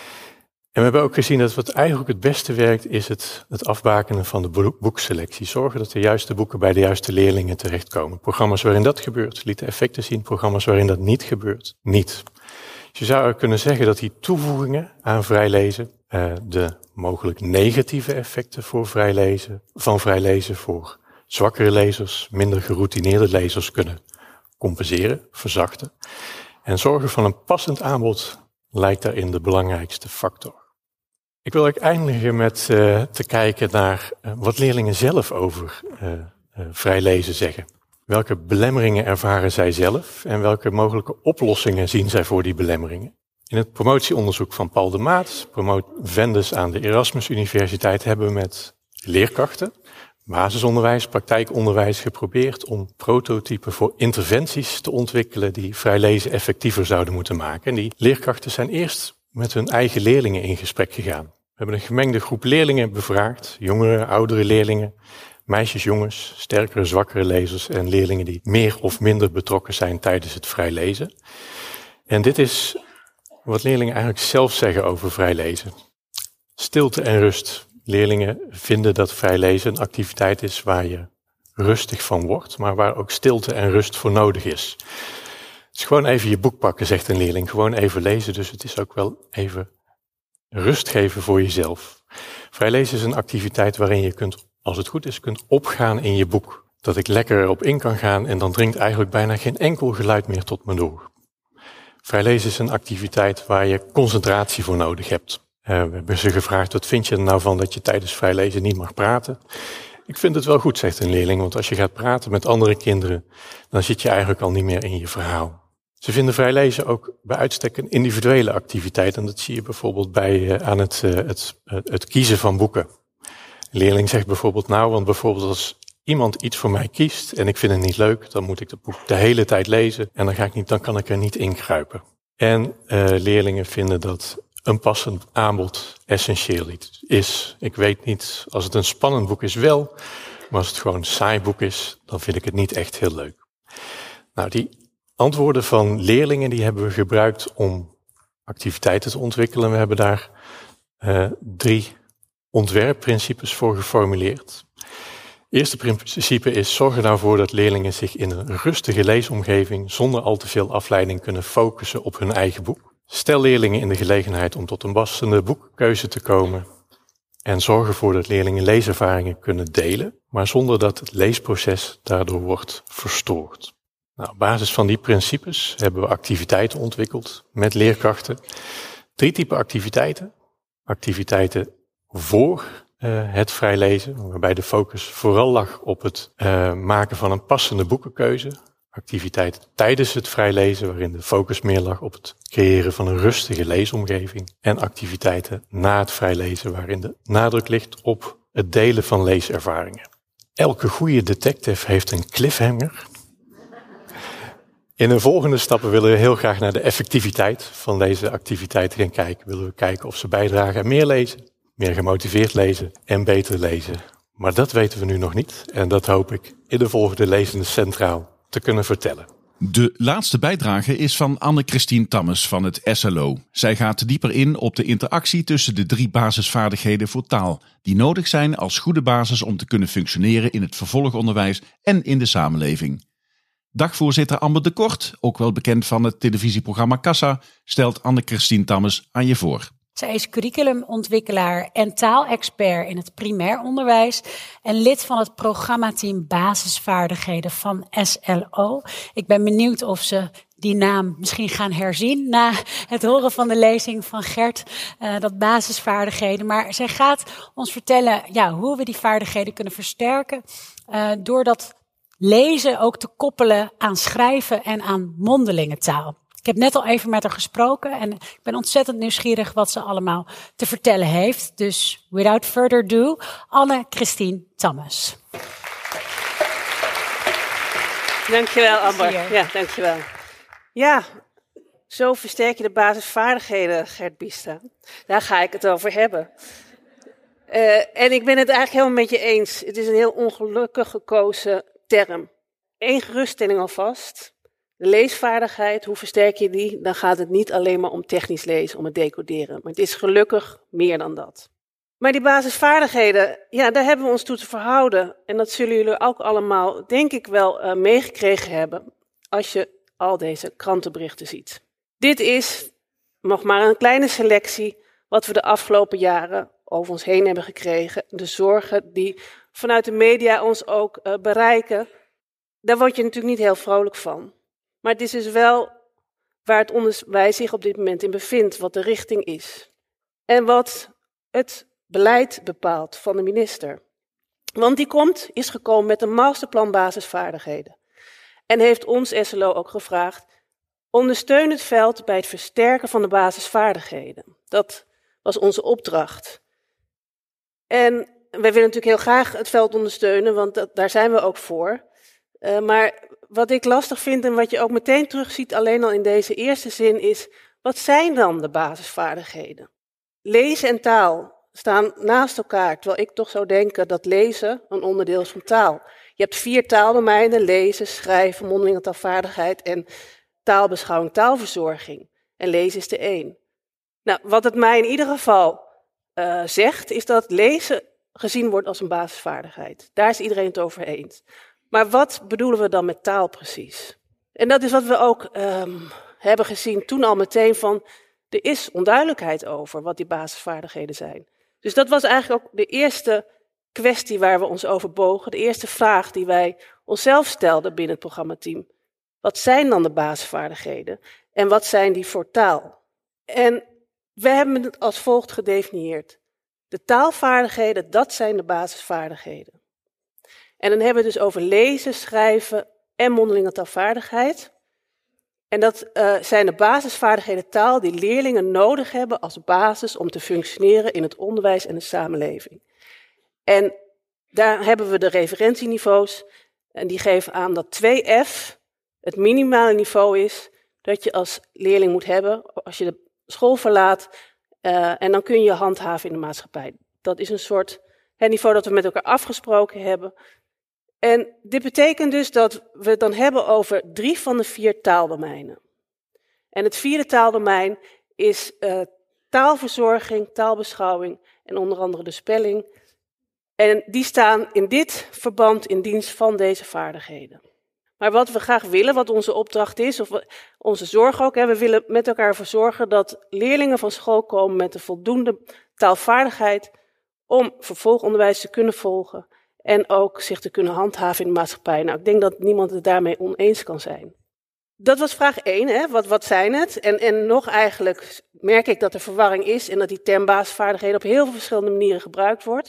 En we hebben ook gezien dat wat eigenlijk het beste werkt, is het afbakenen van de boekselectie. Zorgen dat de juiste boeken bij de juiste leerlingen terechtkomen. Programma's waarin dat gebeurt, lieten effecten zien. Programma's waarin dat niet gebeurt, niet. Dus je zou kunnen zeggen dat die toevoegingen aan vrijlezen de mogelijk negatieve effecten van vrijlezen voor zwakkere lezers, minder geroutineerde lezers kunnen compenseren, verzachten. En zorgen van een passend aanbod lijkt daarin de belangrijkste factor. Ik wil ook eindigen met te kijken naar wat leerlingen zelf over vrijlezen zeggen. Welke belemmeringen ervaren zij zelf en welke mogelijke oplossingen zien zij voor die belemmeringen? In het promotieonderzoek van Paul de Maat, promovendus aan de Erasmus Universiteit, hebben we met leerkrachten, basisonderwijs, praktijkonderwijs geprobeerd om prototypen voor interventies te ontwikkelen die vrijlezen effectiever zouden moeten maken. En die leerkrachten zijn eerst met hun eigen leerlingen in gesprek gegaan. We hebben een gemengde groep leerlingen bevraagd, jongere, oudere leerlingen, meisjes, jongens, sterkere, zwakkere lezers en leerlingen die meer of minder betrokken zijn tijdens het vrijlezen. En dit is wat leerlingen eigenlijk zelf zeggen over vrijlezen. Stilte en rust. Leerlingen vinden dat vrijlezen een activiteit is waar je rustig van wordt, maar waar ook stilte en rust voor nodig is. Het is gewoon even je boek pakken, zegt een leerling. Gewoon even lezen, dus het is ook wel even rust geven voor jezelf. Vrijlezen is een activiteit waarin je kunt, als het goed is, kunt opgaan in je boek. Dat ik lekker erop in kan gaan en dan dringt eigenlijk bijna geen enkel geluid meer tot me door. Vrijlezen is een activiteit waar je concentratie voor nodig hebt. We hebben ze gevraagd, wat vind je er nou van dat je tijdens vrijlezen niet mag praten? Ik vind het wel goed, zegt een leerling, want als je gaat praten met andere kinderen, dan zit je eigenlijk al niet meer in je verhaal. Ze vinden vrijlezen ook bij uitstek een individuele activiteit en dat zie je bijvoorbeeld aan het kiezen van boeken. Een leerling zegt bijvoorbeeld want bijvoorbeeld als iemand iets voor mij kiest en ik vind het niet leuk, dan moet ik dat boek de hele tijd lezen en dan kan ik er niet ingrijpen. En leerlingen vinden dat een passend aanbod essentieel is. Ik weet niet, als het een spannend boek is wel, maar als het gewoon een saai boek is, dan vind ik het niet echt heel leuk. Nou, die antwoorden van leerlingen die hebben we gebruikt om activiteiten te ontwikkelen. We hebben daar 3 ontwerpprincipes voor geformuleerd. Het eerste principe is zorg er nou voor dat leerlingen zich in een rustige leesomgeving zonder al te veel afleiding kunnen focussen op hun eigen boek. Stel leerlingen in de gelegenheid om tot een passende boekkeuze te komen en zorg ervoor dat leerlingen leeservaringen kunnen delen, maar zonder dat het leesproces daardoor wordt verstoord. Nou, op basis van die principes hebben we activiteiten ontwikkeld met leerkrachten. 3 typen activiteiten. Activiteiten voor het vrijlezen, waarbij de focus vooral lag op het maken van een passende boekenkeuze. Activiteiten tijdens het vrijlezen, waarin de focus meer lag op het creëren van een rustige leesomgeving. En activiteiten na het vrijlezen, waarin de nadruk ligt op het delen van leeservaringen. Elke goede detective heeft een cliffhanger. In een volgende stappen willen we heel graag naar de effectiviteit van deze activiteiten gaan kijken. Willen we kijken of ze bijdragen aan meer lezen, meer gemotiveerd lezen en beter lezen. Maar dat weten we nu nog niet en dat hoop ik in de volgende Lezende Centraal te kunnen vertellen. De laatste bijdrage is van Anne-Christine Tammes van het SLO. Zij gaat dieper in op de interactie tussen de 3 basisvaardigheden voor taal, die nodig zijn als goede basis om te kunnen functioneren in het vervolgonderwijs en in de samenleving. Dagvoorzitter Amber de Kort, ook wel bekend van het televisieprogramma Kassa, stelt Anne-Christine Tammes aan je voor. Zij is curriculumontwikkelaar en taalexpert in het primair onderwijs en lid van het programmateam Basisvaardigheden van SLO. Ik ben benieuwd of ze die naam misschien gaan herzien na het horen van de lezing van Gert, dat basisvaardigheden. Maar zij gaat ons vertellen hoe we die vaardigheden kunnen versterken door dat lezen ook te koppelen aan schrijven en aan mondelinge taal. Ik heb net al even met haar gesproken en ik ben ontzettend nieuwsgierig wat ze allemaal te vertellen heeft. Dus without further ado, Anne-Christine Tammes. Dankjewel, Amber. Ja, dankjewel. Ja, zo versterk je de basisvaardigheden, Gert Biesta. Daar ga ik het over hebben. En ik ben het eigenlijk helemaal met je eens. Het is een heel ongelukkig gekozen term. Eén geruststelling alvast. De leesvaardigheid, hoe versterk je die? Dan gaat het niet alleen maar om technisch lezen, om het decoderen. Maar het is gelukkig meer dan dat. Maar die basisvaardigheden, daar hebben we ons toe te verhouden. En dat zullen jullie ook allemaal, denk ik wel, meegekregen hebben als je al deze krantenberichten ziet. Dit is nog maar een kleine selectie wat we de afgelopen jaren over ons heen hebben gekregen. De zorgen die vanuit de media ons ook bereiken. Daar word je natuurlijk niet heel vrolijk van. Maar het is dus wel waar het onderwijs zich op dit moment in bevindt, wat de richting is. En wat het beleid bepaalt van de minister. Want die is gekomen met een masterplan basisvaardigheden. En heeft ons SLO ook gevraagd, ondersteun het veld bij het versterken van de basisvaardigheden. Dat was onze opdracht. En wij willen natuurlijk heel graag het veld ondersteunen, want daar zijn we ook voor. Maar wat ik lastig vind en wat je ook meteen terugziet alleen al in deze eerste zin is, wat zijn dan de basisvaardigheden? Lezen en taal staan naast elkaar, terwijl ik toch zou denken dat lezen een onderdeel is van taal. Je hebt 4 taaldomeinen, lezen, schrijven, mondelinge taalvaardigheid en taalbeschouwing, taalverzorging. En lezen is de 1. Nou, wat het mij in ieder geval zegt, is dat lezen gezien wordt als een basisvaardigheid. Daar is iedereen het over eens. Maar wat bedoelen we dan met taal precies? En dat is wat we ook hebben gezien toen al meteen van, er is onduidelijkheid over wat die basisvaardigheden zijn. Dus dat was eigenlijk ook de eerste kwestie waar we ons over bogen, de eerste vraag die wij onszelf stelden binnen het programmateam. Wat zijn dan de basisvaardigheden en wat zijn die voor taal? En we hebben het als volgt gedefinieerd. De taalvaardigheden, dat zijn de basisvaardigheden. En dan hebben we het dus over lezen, schrijven en mondelinge taalvaardigheid. En dat zijn de basisvaardigheden taal die leerlingen nodig hebben als basis om te functioneren in het onderwijs en de samenleving. En daar hebben we de referentieniveaus en die geven aan dat 2F het minimale niveau is dat je als leerling moet hebben als je de school verlaat en dan kun je handhaven in de maatschappij. Dat is een soort niveau dat we met elkaar afgesproken hebben. En dit betekent dus dat we het dan hebben over 3 van de 4 taaldomeinen. En het 4e taaldomein is taalverzorging, taalbeschouwing en onder andere de spelling. En die staan in dit verband in dienst van deze vaardigheden. Maar wat we graag willen, wat onze opdracht is, of onze zorg ook, we willen met elkaar ervoor zorgen dat leerlingen van school komen met een voldoende taalvaardigheid om vervolgonderwijs te kunnen volgen en ook zich te kunnen handhaven in de maatschappij. Nou, ik denk dat niemand het daarmee oneens kan zijn. Dat was vraag 1, wat zijn het? En nog eigenlijk merk ik dat er verwarring is en dat die term basisvaardigheden op heel veel verschillende manieren gebruikt wordt.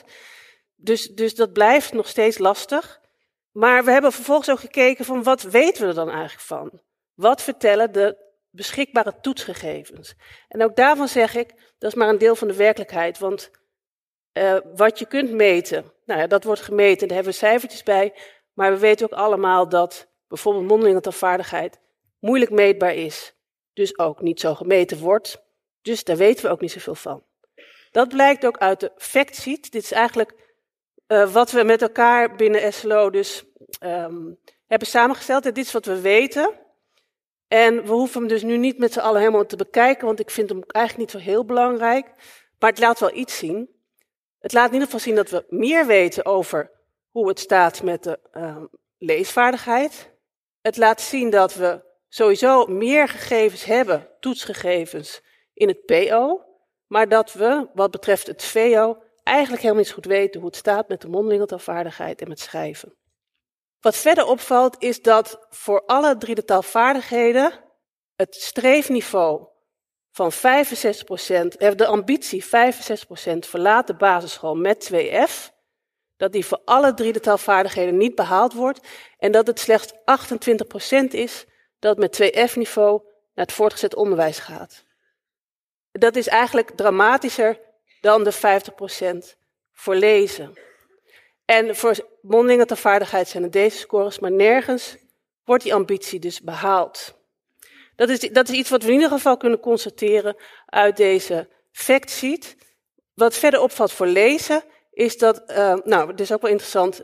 Dus dat blijft nog steeds lastig. Maar we hebben vervolgens ook gekeken van wat weten we er dan eigenlijk van? Wat vertellen de beschikbare toetsgegevens? En ook daarvan zeg ik, dat is maar een deel van de werkelijkheid. Want wat je kunt meten, dat wordt gemeten, daar hebben we cijfertjes bij. Maar we weten ook allemaal dat bijvoorbeeld mondelinge taalvaardigheid moeilijk meetbaar is. Dus ook niet zo gemeten wordt. Dus daar weten we ook niet zoveel van. Dat blijkt ook uit de factsheet. Dit is eigenlijk wat we met elkaar binnen SLO dus hebben samengesteld. En dit is wat we weten. En we hoeven hem dus nu niet met z'n allen helemaal te bekijken, want ik vind hem eigenlijk niet zo heel belangrijk. Maar het laat wel iets zien. Het laat in ieder geval zien dat we meer weten over hoe het staat met de leesvaardigheid. Het laat zien dat we sowieso meer gegevens hebben, toetsgegevens, in het PO. Maar dat we, wat betreft het VO, eigenlijk helemaal niet zo goed weten hoe het staat met de mondelinge taalvaardigheid en met schrijven. Wat verder opvalt is dat voor alle 3 de taalvaardigheden het streefniveau van 65%, de ambitie 65% verlaat de basisschool met 2F, dat die voor alle 3 de taalvaardigheden niet behaald wordt en dat het slechts 28% is dat met 2F-niveau naar het voortgezet onderwijs gaat. Dat is eigenlijk dramatischer dan de 50% voor lezen. En voor mondelinge taalvaardigheid zijn er deze scores, maar nergens wordt die ambitie dus behaald. Dat is iets wat we in ieder geval kunnen constateren uit deze factsheet. Wat verder opvalt voor lezen is dat, het is ook wel interessant, 76%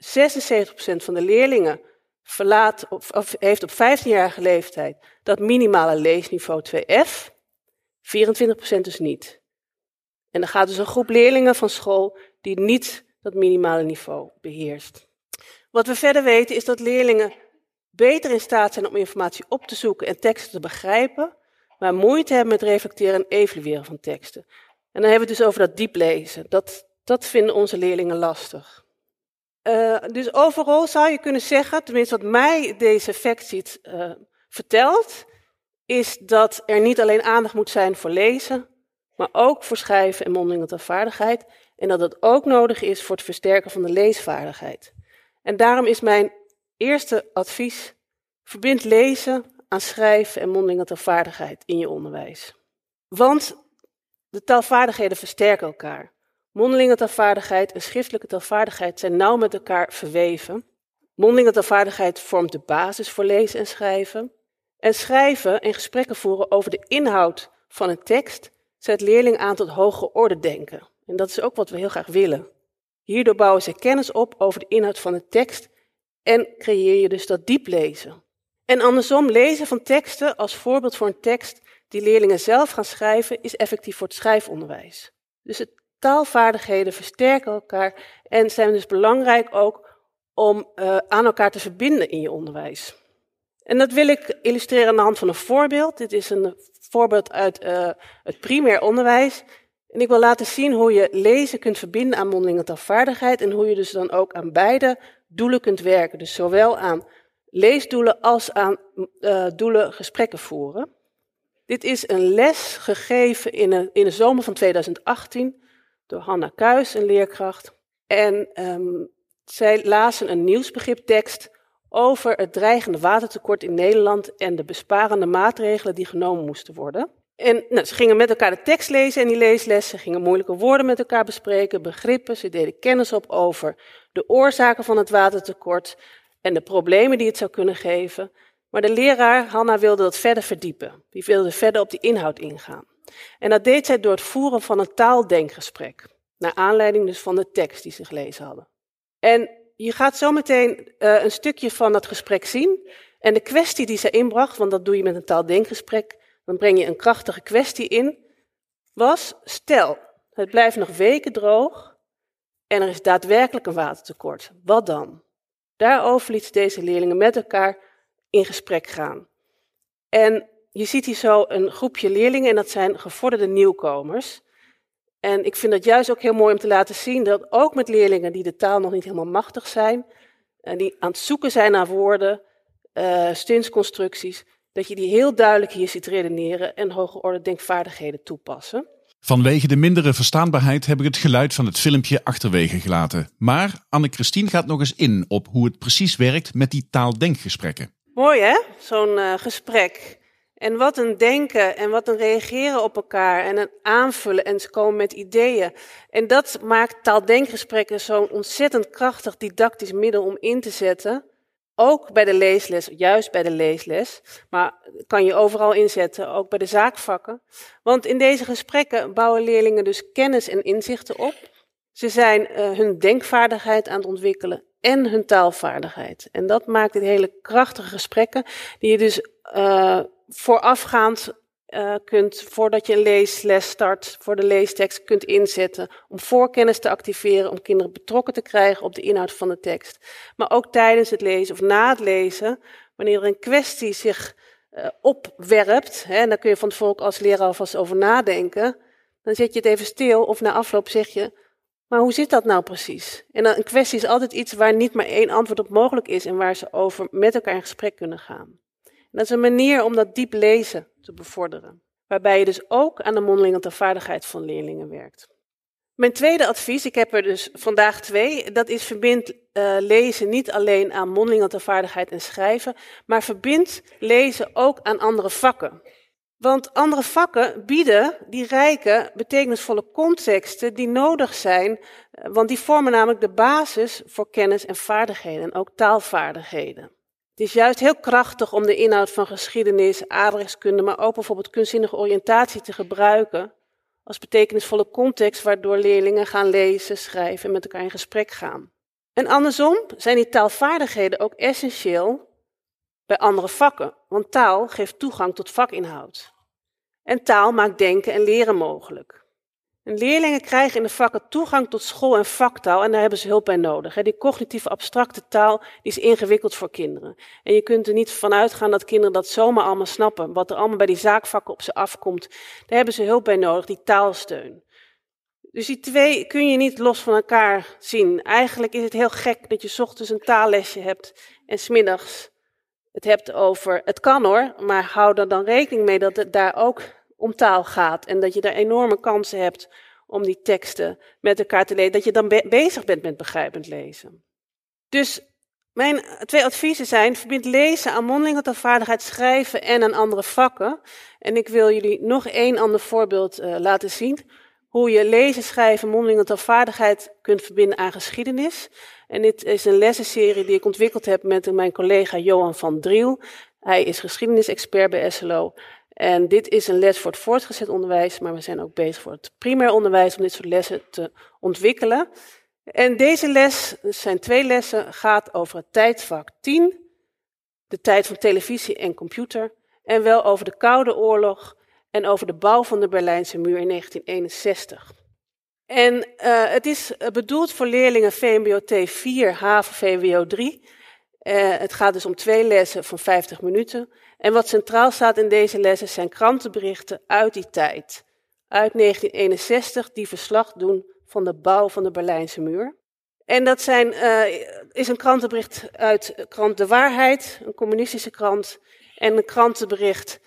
van de leerlingen heeft op 15-jarige leeftijd dat minimale leesniveau 2F, 24% dus niet. En er gaat dus een groep leerlingen van school die niet dat minimale niveau beheerst. Wat we verder weten is dat leerlingen beter in staat zijn om informatie op te zoeken en teksten te begrijpen, maar moeite hebben met reflecteren en evalueren van teksten. En dan hebben we het dus over dat diep lezen. Dat vinden onze leerlingen lastig. Dus overal zou je kunnen zeggen, tenminste wat mij deze factsheet vertelt, is dat er niet alleen aandacht moet zijn voor lezen, maar ook voor schrijven en mondelinge taalvaardigheid. En dat het ook nodig is voor het versterken van de leesvaardigheid. En daarom is mijn eerste advies: verbind lezen aan schrijven en mondelinge taalvaardigheid in je onderwijs. Want de taalvaardigheden versterken elkaar. Mondelinge taalvaardigheid en schriftelijke taalvaardigheid zijn nauw met elkaar verweven. Mondelinge taalvaardigheid vormt de basis voor lezen en schrijven. En schrijven en gesprekken voeren over de inhoud van een tekst zet leerlingen aan tot hogere orde denken. En dat is ook wat we heel graag willen. Hierdoor bouwen ze kennis op over de inhoud van een tekst en creëer je dus dat diep lezen. En andersom, lezen van teksten als voorbeeld voor een tekst die leerlingen zelf gaan schrijven is effectief voor het schrijfonderwijs. Dus de taalvaardigheden versterken elkaar en zijn dus belangrijk ook om aan elkaar te verbinden in je onderwijs. En dat wil ik illustreren aan de hand van een voorbeeld. Dit is een voorbeeld uit het primair onderwijs. En ik wil laten zien hoe je lezen kunt verbinden aan mondelinge taalvaardigheid en hoe je dus dan ook aan beide doelen kunt werken. Dus zowel aan leesdoelen als aan doelen gesprekken voeren. Dit is een les gegeven in de zomer van 2018 door Hanna Kuijs, een leerkracht. En zij lazen een nieuwsbegriptekst over het dreigende watertekort in Nederland en de besparende maatregelen die genomen moesten worden. En ze gingen met elkaar de tekst lezen in die leesles, ze gingen moeilijke woorden met elkaar bespreken, begrippen, ze deden kennis op over de oorzaken van het watertekort en de problemen die het zou kunnen geven. Maar de leraar, Hanna, wilde dat verder verdiepen. Die wilde verder op die inhoud ingaan. En dat deed zij door het voeren van een taaldenkgesprek, naar aanleiding dus van de tekst die ze gelezen hadden. En je gaat zo meteen een stukje van dat gesprek zien. En de kwestie die zij inbracht, want dat doe je met een taaldenkgesprek, dan breng je een krachtige kwestie in, was: stel, het blijft nog weken droog en er is daadwerkelijk een watertekort. Wat dan? Daarover liet deze leerlingen met elkaar in gesprek gaan. En je ziet hier zo een groepje leerlingen en dat zijn gevorderde nieuwkomers. En ik vind het juist ook heel mooi om te laten zien dat ook met leerlingen die de taal nog niet helemaal machtig zijn, en die aan het zoeken zijn naar woorden, zinsconstructies, dat je die heel duidelijk hier ziet redeneren en hoge orde denkvaardigheden toepassen. Vanwege de mindere verstaanbaarheid heb ik het geluid van het filmpje achterwege gelaten. Maar Anne-Christine gaat nog eens in op hoe het precies werkt met die taaldenkgesprekken. Mooi hè, zo'n gesprek. En wat een denken en wat een reageren op elkaar en een aanvullen en ze komen met ideeën. En dat maakt taaldenkgesprekken zo'n ontzettend krachtig didactisch middel om in te zetten. Ook bij de leesles, juist bij de leesles, maar kan je overal inzetten, ook bij de zaakvakken. Want in deze gesprekken bouwen leerlingen dus kennis en inzichten op. Ze zijn hun denkvaardigheid aan het ontwikkelen en hun taalvaardigheid. En dat maakt dit hele krachtige gesprekken, die je dus voorafgaand kunt, voordat je een leesles start, voor de leestekst kunt inzetten, om voorkennis te activeren, om kinderen betrokken te krijgen op de inhoud van de tekst. Maar ook tijdens het lezen of na het lezen, wanneer er een kwestie zich opwerpt, en daar kun je van tevoren ook als leraar alvast over nadenken, dan zet je het even stil of na afloop zeg je, maar hoe zit dat nou precies? En dan, een kwestie is altijd iets waar niet maar één antwoord op mogelijk is en waar ze over met elkaar in gesprek kunnen gaan. En dat is een manier om dat diep lezen te bevorderen, waarbij je dus ook aan de mondelinge taalvaardigheid van leerlingen werkt. Mijn tweede advies, ik heb er dus vandaag 2, dat is verbind lezen niet alleen aan mondelinge taalvaardigheid en schrijven, maar verbind lezen ook aan andere vakken. Want andere vakken bieden die rijke, betekenisvolle contexten die nodig zijn, want die vormen namelijk de basis voor kennis en vaardigheden en ook taalvaardigheden. Het is juist heel krachtig om de inhoud van geschiedenis, aardrijkskunde, maar ook bijvoorbeeld kunstzinnige oriëntatie te gebruiken als betekenisvolle context waardoor leerlingen gaan lezen, schrijven en met elkaar in gesprek gaan. En andersom zijn die taalvaardigheden ook essentieel bij andere vakken, want taal geeft toegang tot vakinhoud. En taal maakt denken en leren mogelijk. En leerlingen krijgen in de vakken toegang tot school- en vaktaal en daar hebben ze hulp bij nodig. Die cognitieve abstracte taal die is ingewikkeld voor kinderen. En je kunt er niet van uitgaan dat kinderen dat zomaar allemaal snappen. Wat er allemaal bij die zaakvakken op ze afkomt, daar hebben ze hulp bij nodig, die taalsteun. Dus die twee kun je niet los van elkaar zien. Eigenlijk is het heel gek dat je 's ochtends een taallesje hebt en 's middags het hebt over, het kan hoor, maar hou er dan rekening mee dat het daar ook om taal gaat en dat je daar enorme kansen hebt om die teksten met elkaar te lezen, dat je dan bezig bent met begrijpend lezen. Dus mijn 2 adviezen zijn, verbind lezen aan mondelinge taalvaardigheid, schrijven en aan andere vakken. En ik wil jullie nog 1 ander voorbeeld laten zien, hoe je lezen, schrijven, mondelinge taalvaardigheid kunt verbinden aan geschiedenis. En dit is een lessenserie die ik ontwikkeld heb met mijn collega Johan van Driel. Hij is geschiedenisexpert bij SLO. En dit is een les voor het voortgezet onderwijs, maar we zijn ook bezig voor het primair onderwijs om dit soort lessen te ontwikkelen. En deze les, er zijn 2 lessen, gaat over het tijdvak 10, de tijd van televisie en computer, en wel over de Koude Oorlog en over de bouw van de Berlijnse muur in 1961. En het is bedoeld voor leerlingen VMBO T4, HAVO VWO 3. Het gaat dus om 2 lessen van 50 minuten. En wat centraal staat in deze lessen zijn krantenberichten uit die tijd. Uit 1961 die verslag doen van de bouw van de Berlijnse muur. En dat is een krantenbericht uit krant De Waarheid, een communistische krant. En een krantenbericht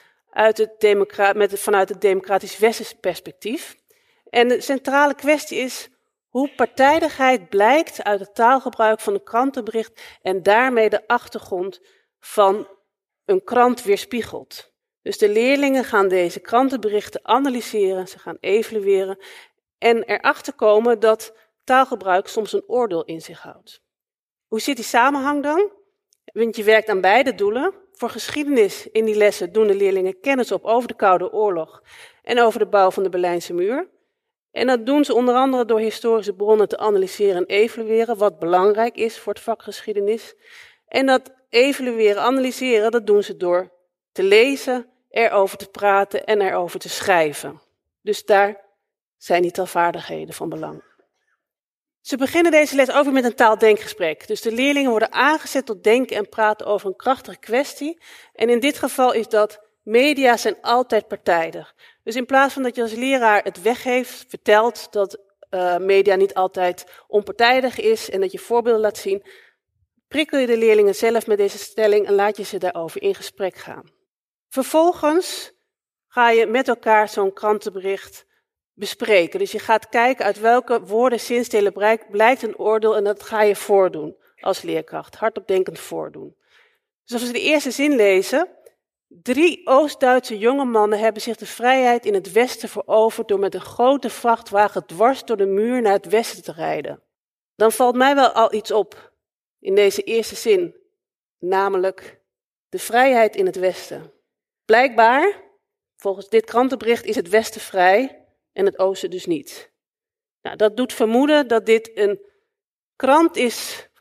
vanuit het democratisch westers perspectief. En de centrale kwestie is hoe partijdigheid blijkt uit het taalgebruik van een krantenbericht en daarmee de achtergrond van een krant weerspiegelt. Dus de leerlingen gaan deze krantenberichten analyseren, ze gaan evalueren en erachter komen dat taalgebruik soms een oordeel in zich houdt. Hoe zit die samenhang dan? Want je werkt aan beide doelen. Voor geschiedenis in die lessen doen de leerlingen kennis op over de Koude Oorlog en over de bouw van de Berlijnse muur. En dat doen ze onder andere door historische bronnen te analyseren en evalueren, wat belangrijk is voor het vak geschiedenis. En dat evalueren, analyseren, dat doen ze door te lezen, erover te praten en erover te schrijven. Dus daar zijn die taalvaardigheden van belang. Ze beginnen deze les ook weer met een taaldenkgesprek. Dus de leerlingen worden aangezet tot denken en praten over een krachtige kwestie. En in dit geval is dat media zijn altijd partijdig. Dus in plaats van dat je als leraar het weggeeft, vertelt dat media niet altijd onpartijdig is en dat je voorbeelden laat zien, prikkel je de leerlingen zelf met deze stelling en laat je ze daarover in gesprek gaan. Vervolgens ga je met elkaar zo'n krantenbericht bespreken. Dus je gaat kijken uit welke woorden, zinsdelen blijkt een oordeel en dat ga je voordoen als leerkracht, hardopdenkend voordoen. Dus als we de eerste zin lezen: 3 Oost-Duitse jonge mannen hebben zich de vrijheid in het westen veroverd door met een grote vrachtwagen dwars door de muur naar het westen te rijden. Dan valt mij wel al iets op in deze eerste zin, namelijk de vrijheid in het westen. Blijkbaar, volgens dit krantenbericht, is het westen vrij en het oosten dus niet. Nou, dat doet vermoeden dat dit een krant is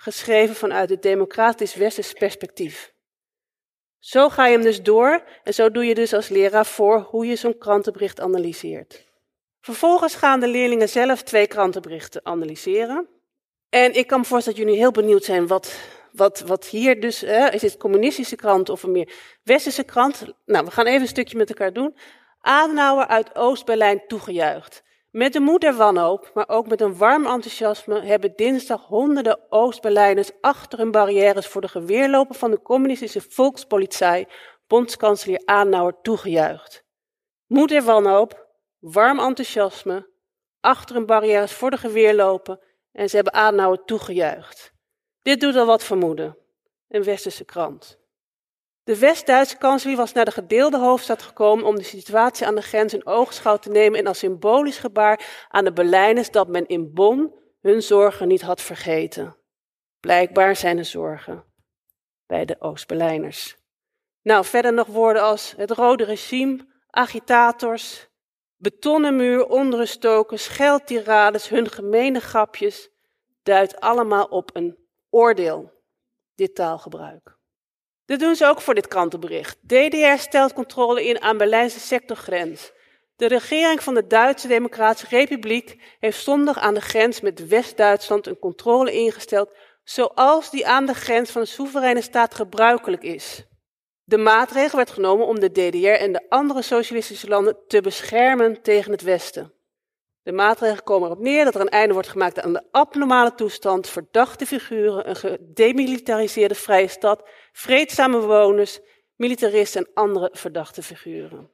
geschreven vanuit het democratisch westers perspectief. Zo ga je hem dus door en zo doe je dus als leraar voor hoe je zo'n krantenbericht analyseert. Vervolgens gaan de leerlingen zelf 2 krantenberichten analyseren. En ik kan me voorstellen dat jullie heel benieuwd zijn wat hier dus, is het communistische krant of een meer westerse krant? Nou, we gaan even een stukje met elkaar doen. Adenauer uit Oost-Berlijn toegejuicht. Met de moed der wanhoop, maar ook met een warm enthousiasme hebben dinsdag honderden Oost-Berlijners achter hun barrières voor de geweerlopen van de communistische Volkspolizei, bondskanselier Adenauer, toegejuicht. Moed der wanhoop, warm enthousiasme, achter hun barrières voor de geweerlopen en ze hebben Adenauer toegejuicht. Dit doet al wat vermoeden. Een westerse krant. De West-Duitse kanselier was naar de gedeelde hoofdstad gekomen om de situatie aan de grens in oogschouw te nemen en als symbolisch gebaar aan de Berlijners dat men in Bonn hun zorgen niet had vergeten. Blijkbaar zijn er zorgen bij de Oost-Berlijners. Nou, verder nog woorden als het rode regime, agitators, betonnen muur, onderenstoken, scheldtirades, hun gemene grapjes, duidt allemaal op een oordeel, dit taalgebruik. Dat doen ze ook voor dit krantenbericht. DDR stelt controle in aan Berlijnse sectorgrens. De regering van de Duitse Democratische Republiek heeft zondag aan de grens met West-Duitsland een controle ingesteld, zoals die aan de grens van een soevereine staat gebruikelijk is. De maatregel werd genomen om de DDR en de andere socialistische landen te beschermen tegen het Westen. De maatregelen komen erop neer dat er een einde wordt gemaakt aan de abnormale toestand, verdachte figuren, een gedemilitariseerde vrije stad, vreedzame bewoners, militaristen en andere verdachte figuren.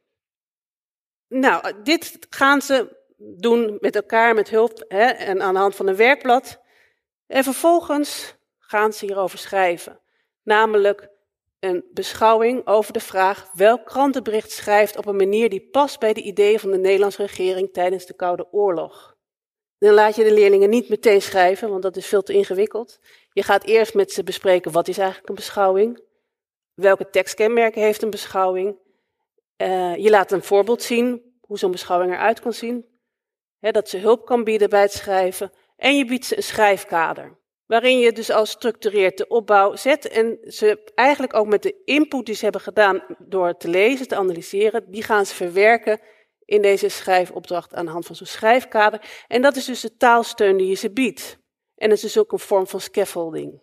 Nou, dit gaan ze doen met elkaar, met hulp en aan de hand van een werkblad. En vervolgens gaan ze hierover schrijven, namelijk een beschouwing over de vraag welk krantenbericht schrijft op een manier die past bij de ideeën van de Nederlandse regering tijdens de Koude Oorlog. Dan laat je de leerlingen niet meteen schrijven, want dat is veel te ingewikkeld. Je gaat eerst met ze bespreken wat is eigenlijk een beschouwing, welke tekstkenmerken heeft een beschouwing. Je laat een voorbeeld zien hoe zo'n beschouwing eruit kan zien, dat ze hulp kan bieden bij het schrijven en je biedt ze een schrijfkader. Waarin je dus al structureert de opbouw zet en ze eigenlijk ook met de input die ze hebben gedaan door te lezen, te analyseren, die gaan ze verwerken in deze schrijfopdracht aan de hand van zo'n schrijfkader. En dat is dus de taalsteun die je ze biedt. En het is dus ook een vorm van scaffolding.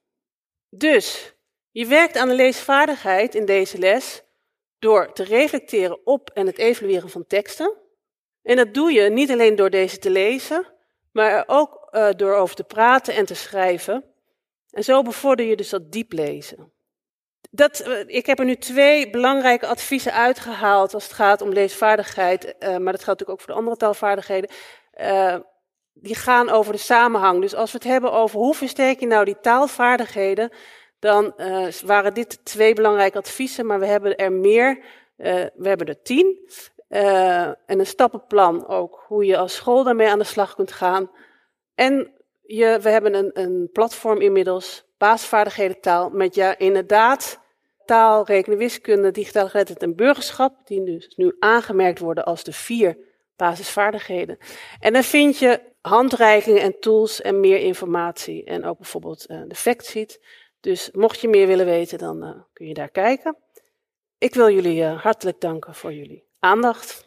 Dus, je werkt aan de leesvaardigheid in deze les door te reflecteren op en het evalueren van teksten. En dat doe je niet alleen door deze te lezen, maar ook door over te praten en te schrijven. En zo bevorder je dus dat diep lezen. Ik heb er nu 2 belangrijke adviezen uitgehaald als het gaat om leesvaardigheid, maar dat geldt natuurlijk ook voor de andere taalvaardigheden. Die gaan over de samenhang. Dus als we het hebben over hoe versterk je nou die taalvaardigheden, dan waren dit 2 belangrijke adviezen, maar we hebben er meer. We hebben er 10. En een stappenplan ook, hoe je als school daarmee aan de slag kunt gaan. En we hebben een platform inmiddels, basisvaardigheden taal, met inderdaad taal, rekenen, wiskunde, digitale geletterdheid en burgerschap, die dus nu aangemerkt worden als de 4 basisvaardigheden. En dan vind je handreikingen en tools en meer informatie en ook bijvoorbeeld de factsheet. Dus mocht je meer willen weten, dan kun je daar kijken. Ik wil jullie hartelijk danken voor jullie aandacht.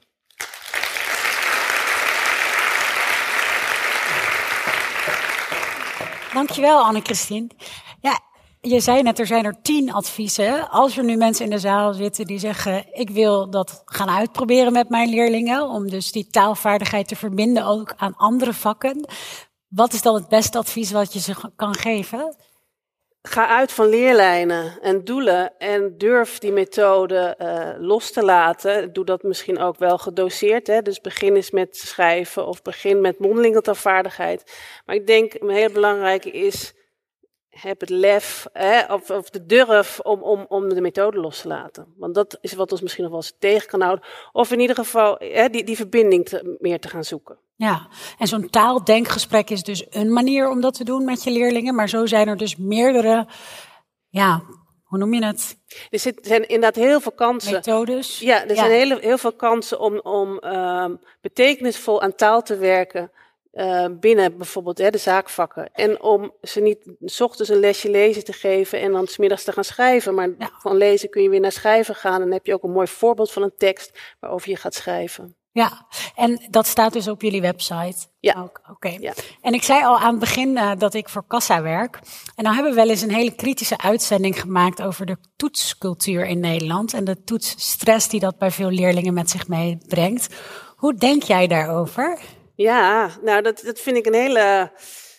Dankjewel, Anne-Christine. Ja, je zei net, er zijn er 10 adviezen. Als er nu mensen in de zaal zitten die zeggen, ik wil dat gaan uitproberen met mijn leerlingen, om dus die taalvaardigheid te verbinden ook aan andere vakken. Wat is dan het beste advies wat je ze kan geven? Ga uit van leerlijnen en doelen en durf die methode los te laten. Doe dat misschien ook wel gedoseerd. Dus begin eens met schrijven of begin met mondelinge taalvaardigheid. Maar ik denk een heel belangrijke is, heb het lef of de durf om de methode los te laten. Want dat is wat ons misschien nog wel eens tegen kan houden. Of in ieder geval die verbinding meer te gaan zoeken. Ja, en zo'n taaldenkgesprek is dus een manier om dat te doen met je leerlingen. Maar zo zijn er dus meerdere, hoe noem je het? Er zijn inderdaad heel veel kansen. Methodes. Ja, er zijn heel veel kansen om betekenisvol aan taal te werken. binnen bijvoorbeeld de zaakvakken. En om ze niet 's ochtends een lesje lezen te geven en dan 's middags te gaan schrijven. Maar van lezen kun je weer naar schrijven gaan. En dan heb je ook een mooi voorbeeld van een tekst waarover je gaat schrijven. Ja, en dat staat dus op jullie website? Ja. Oké. Ja. En ik zei al aan het begin dat ik voor Kassa werk. En nou hebben we wel eens een hele kritische uitzending gemaakt over de toetscultuur in Nederland. En de toetsstress die dat bij veel leerlingen met zich meebrengt. Hoe denk jij daarover? Ja, nou dat vind ik een hele...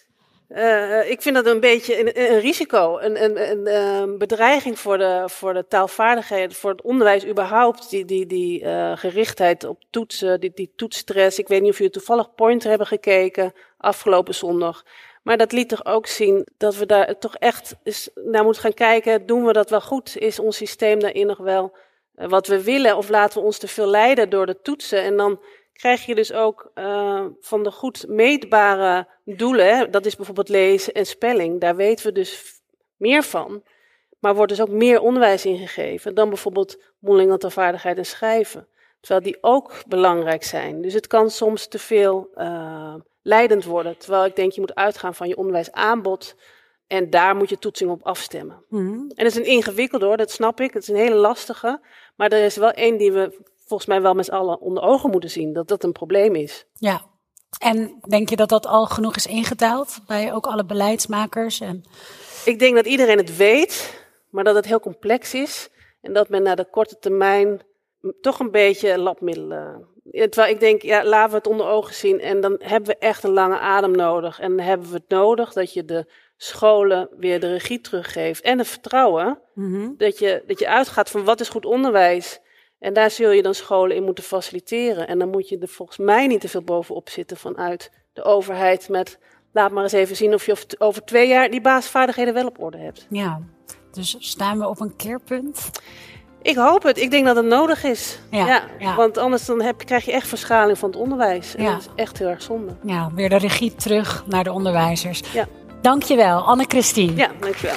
ik vind dat een beetje een risico, een bedreiging voor de taalvaardigheden, voor het onderwijs überhaupt. Die gerichtheid op toetsen, die toetsstress. Ik weet niet of jullie toevallig Pointer hebben gekeken afgelopen zondag. Maar dat liet toch ook zien dat we daar toch echt eens naar moeten gaan kijken. Doen we dat wel goed? Is ons systeem daarin nog wel wat we willen? Of laten we ons te veel leiden door de toetsen? En dan krijg je dus ook van de goed meetbare doelen, dat is bijvoorbeeld lezen en spelling, daar weten we dus meer van. Maar wordt dus ook meer onderwijs ingegeven dan bijvoorbeeld mondelinge taalvaardigheid en schrijven. Terwijl die ook belangrijk zijn. Dus het kan soms te veel leidend worden. Terwijl ik denk je moet uitgaan van je onderwijsaanbod en daar moet je toetsing op afstemmen. Mm-hmm. En dat is een ingewikkelde hoor, dat snap ik. Het is een hele lastige. Maar er is wel één die we volgens mij wel met z'n allen onder ogen moeten zien, dat dat een probleem is. Ja, en denk je dat dat al genoeg is ingedaald bij ook alle beleidsmakers? Ik denk dat iedereen het weet, maar dat het heel complex is. En dat men naar de korte termijn toch een beetje labmiddelen... Terwijl ik denk, ja, laten we het onder ogen zien en dan hebben we echt een lange adem nodig. En dan hebben we het nodig dat je de scholen weer de regie teruggeeft en het vertrouwen. Mm-hmm. Dat je uitgaat van wat is goed onderwijs. En daar zul je dan scholen in moeten faciliteren. En dan moet je er volgens mij niet te veel bovenop zitten vanuit de overheid met laat maar eens even zien of je over 2 jaar die basisvaardigheden wel op orde hebt. Ja, dus staan we op een keerpunt? Ik hoop het. Ik denk dat het nodig is. Ja. Want anders dan krijg je echt verschaling van het onderwijs. En dat is echt heel erg zonde. Ja, weer de regie terug naar de onderwijzers. Ja. Dankjewel, Anne-Christine. Ja, dankjewel.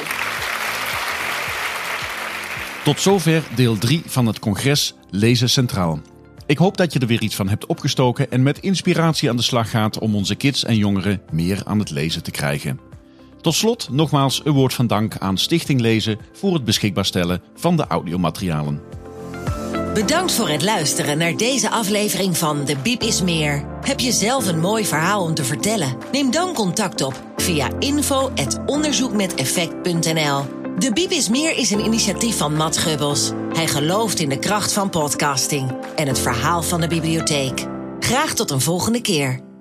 Tot zover deel 3 van het congres Lezen Centraal. Ik hoop dat je er weer iets van hebt opgestoken en met inspiratie aan de slag gaat om onze kids en jongeren meer aan het lezen te krijgen. Tot slot nogmaals een woord van dank aan Stichting Lezen voor het beschikbaar stellen van de audiomaterialen. Bedankt voor het luisteren naar deze aflevering van De Biep is Meer. Heb je zelf een mooi verhaal om te vertellen? Neem dan contact op via info@onderzoekmeteffect.nl. De Biep is Meer is een initiatief van Matt Gubbels. Hij gelooft in de kracht van podcasting en het verhaal van de bibliotheek. Graag tot een volgende keer.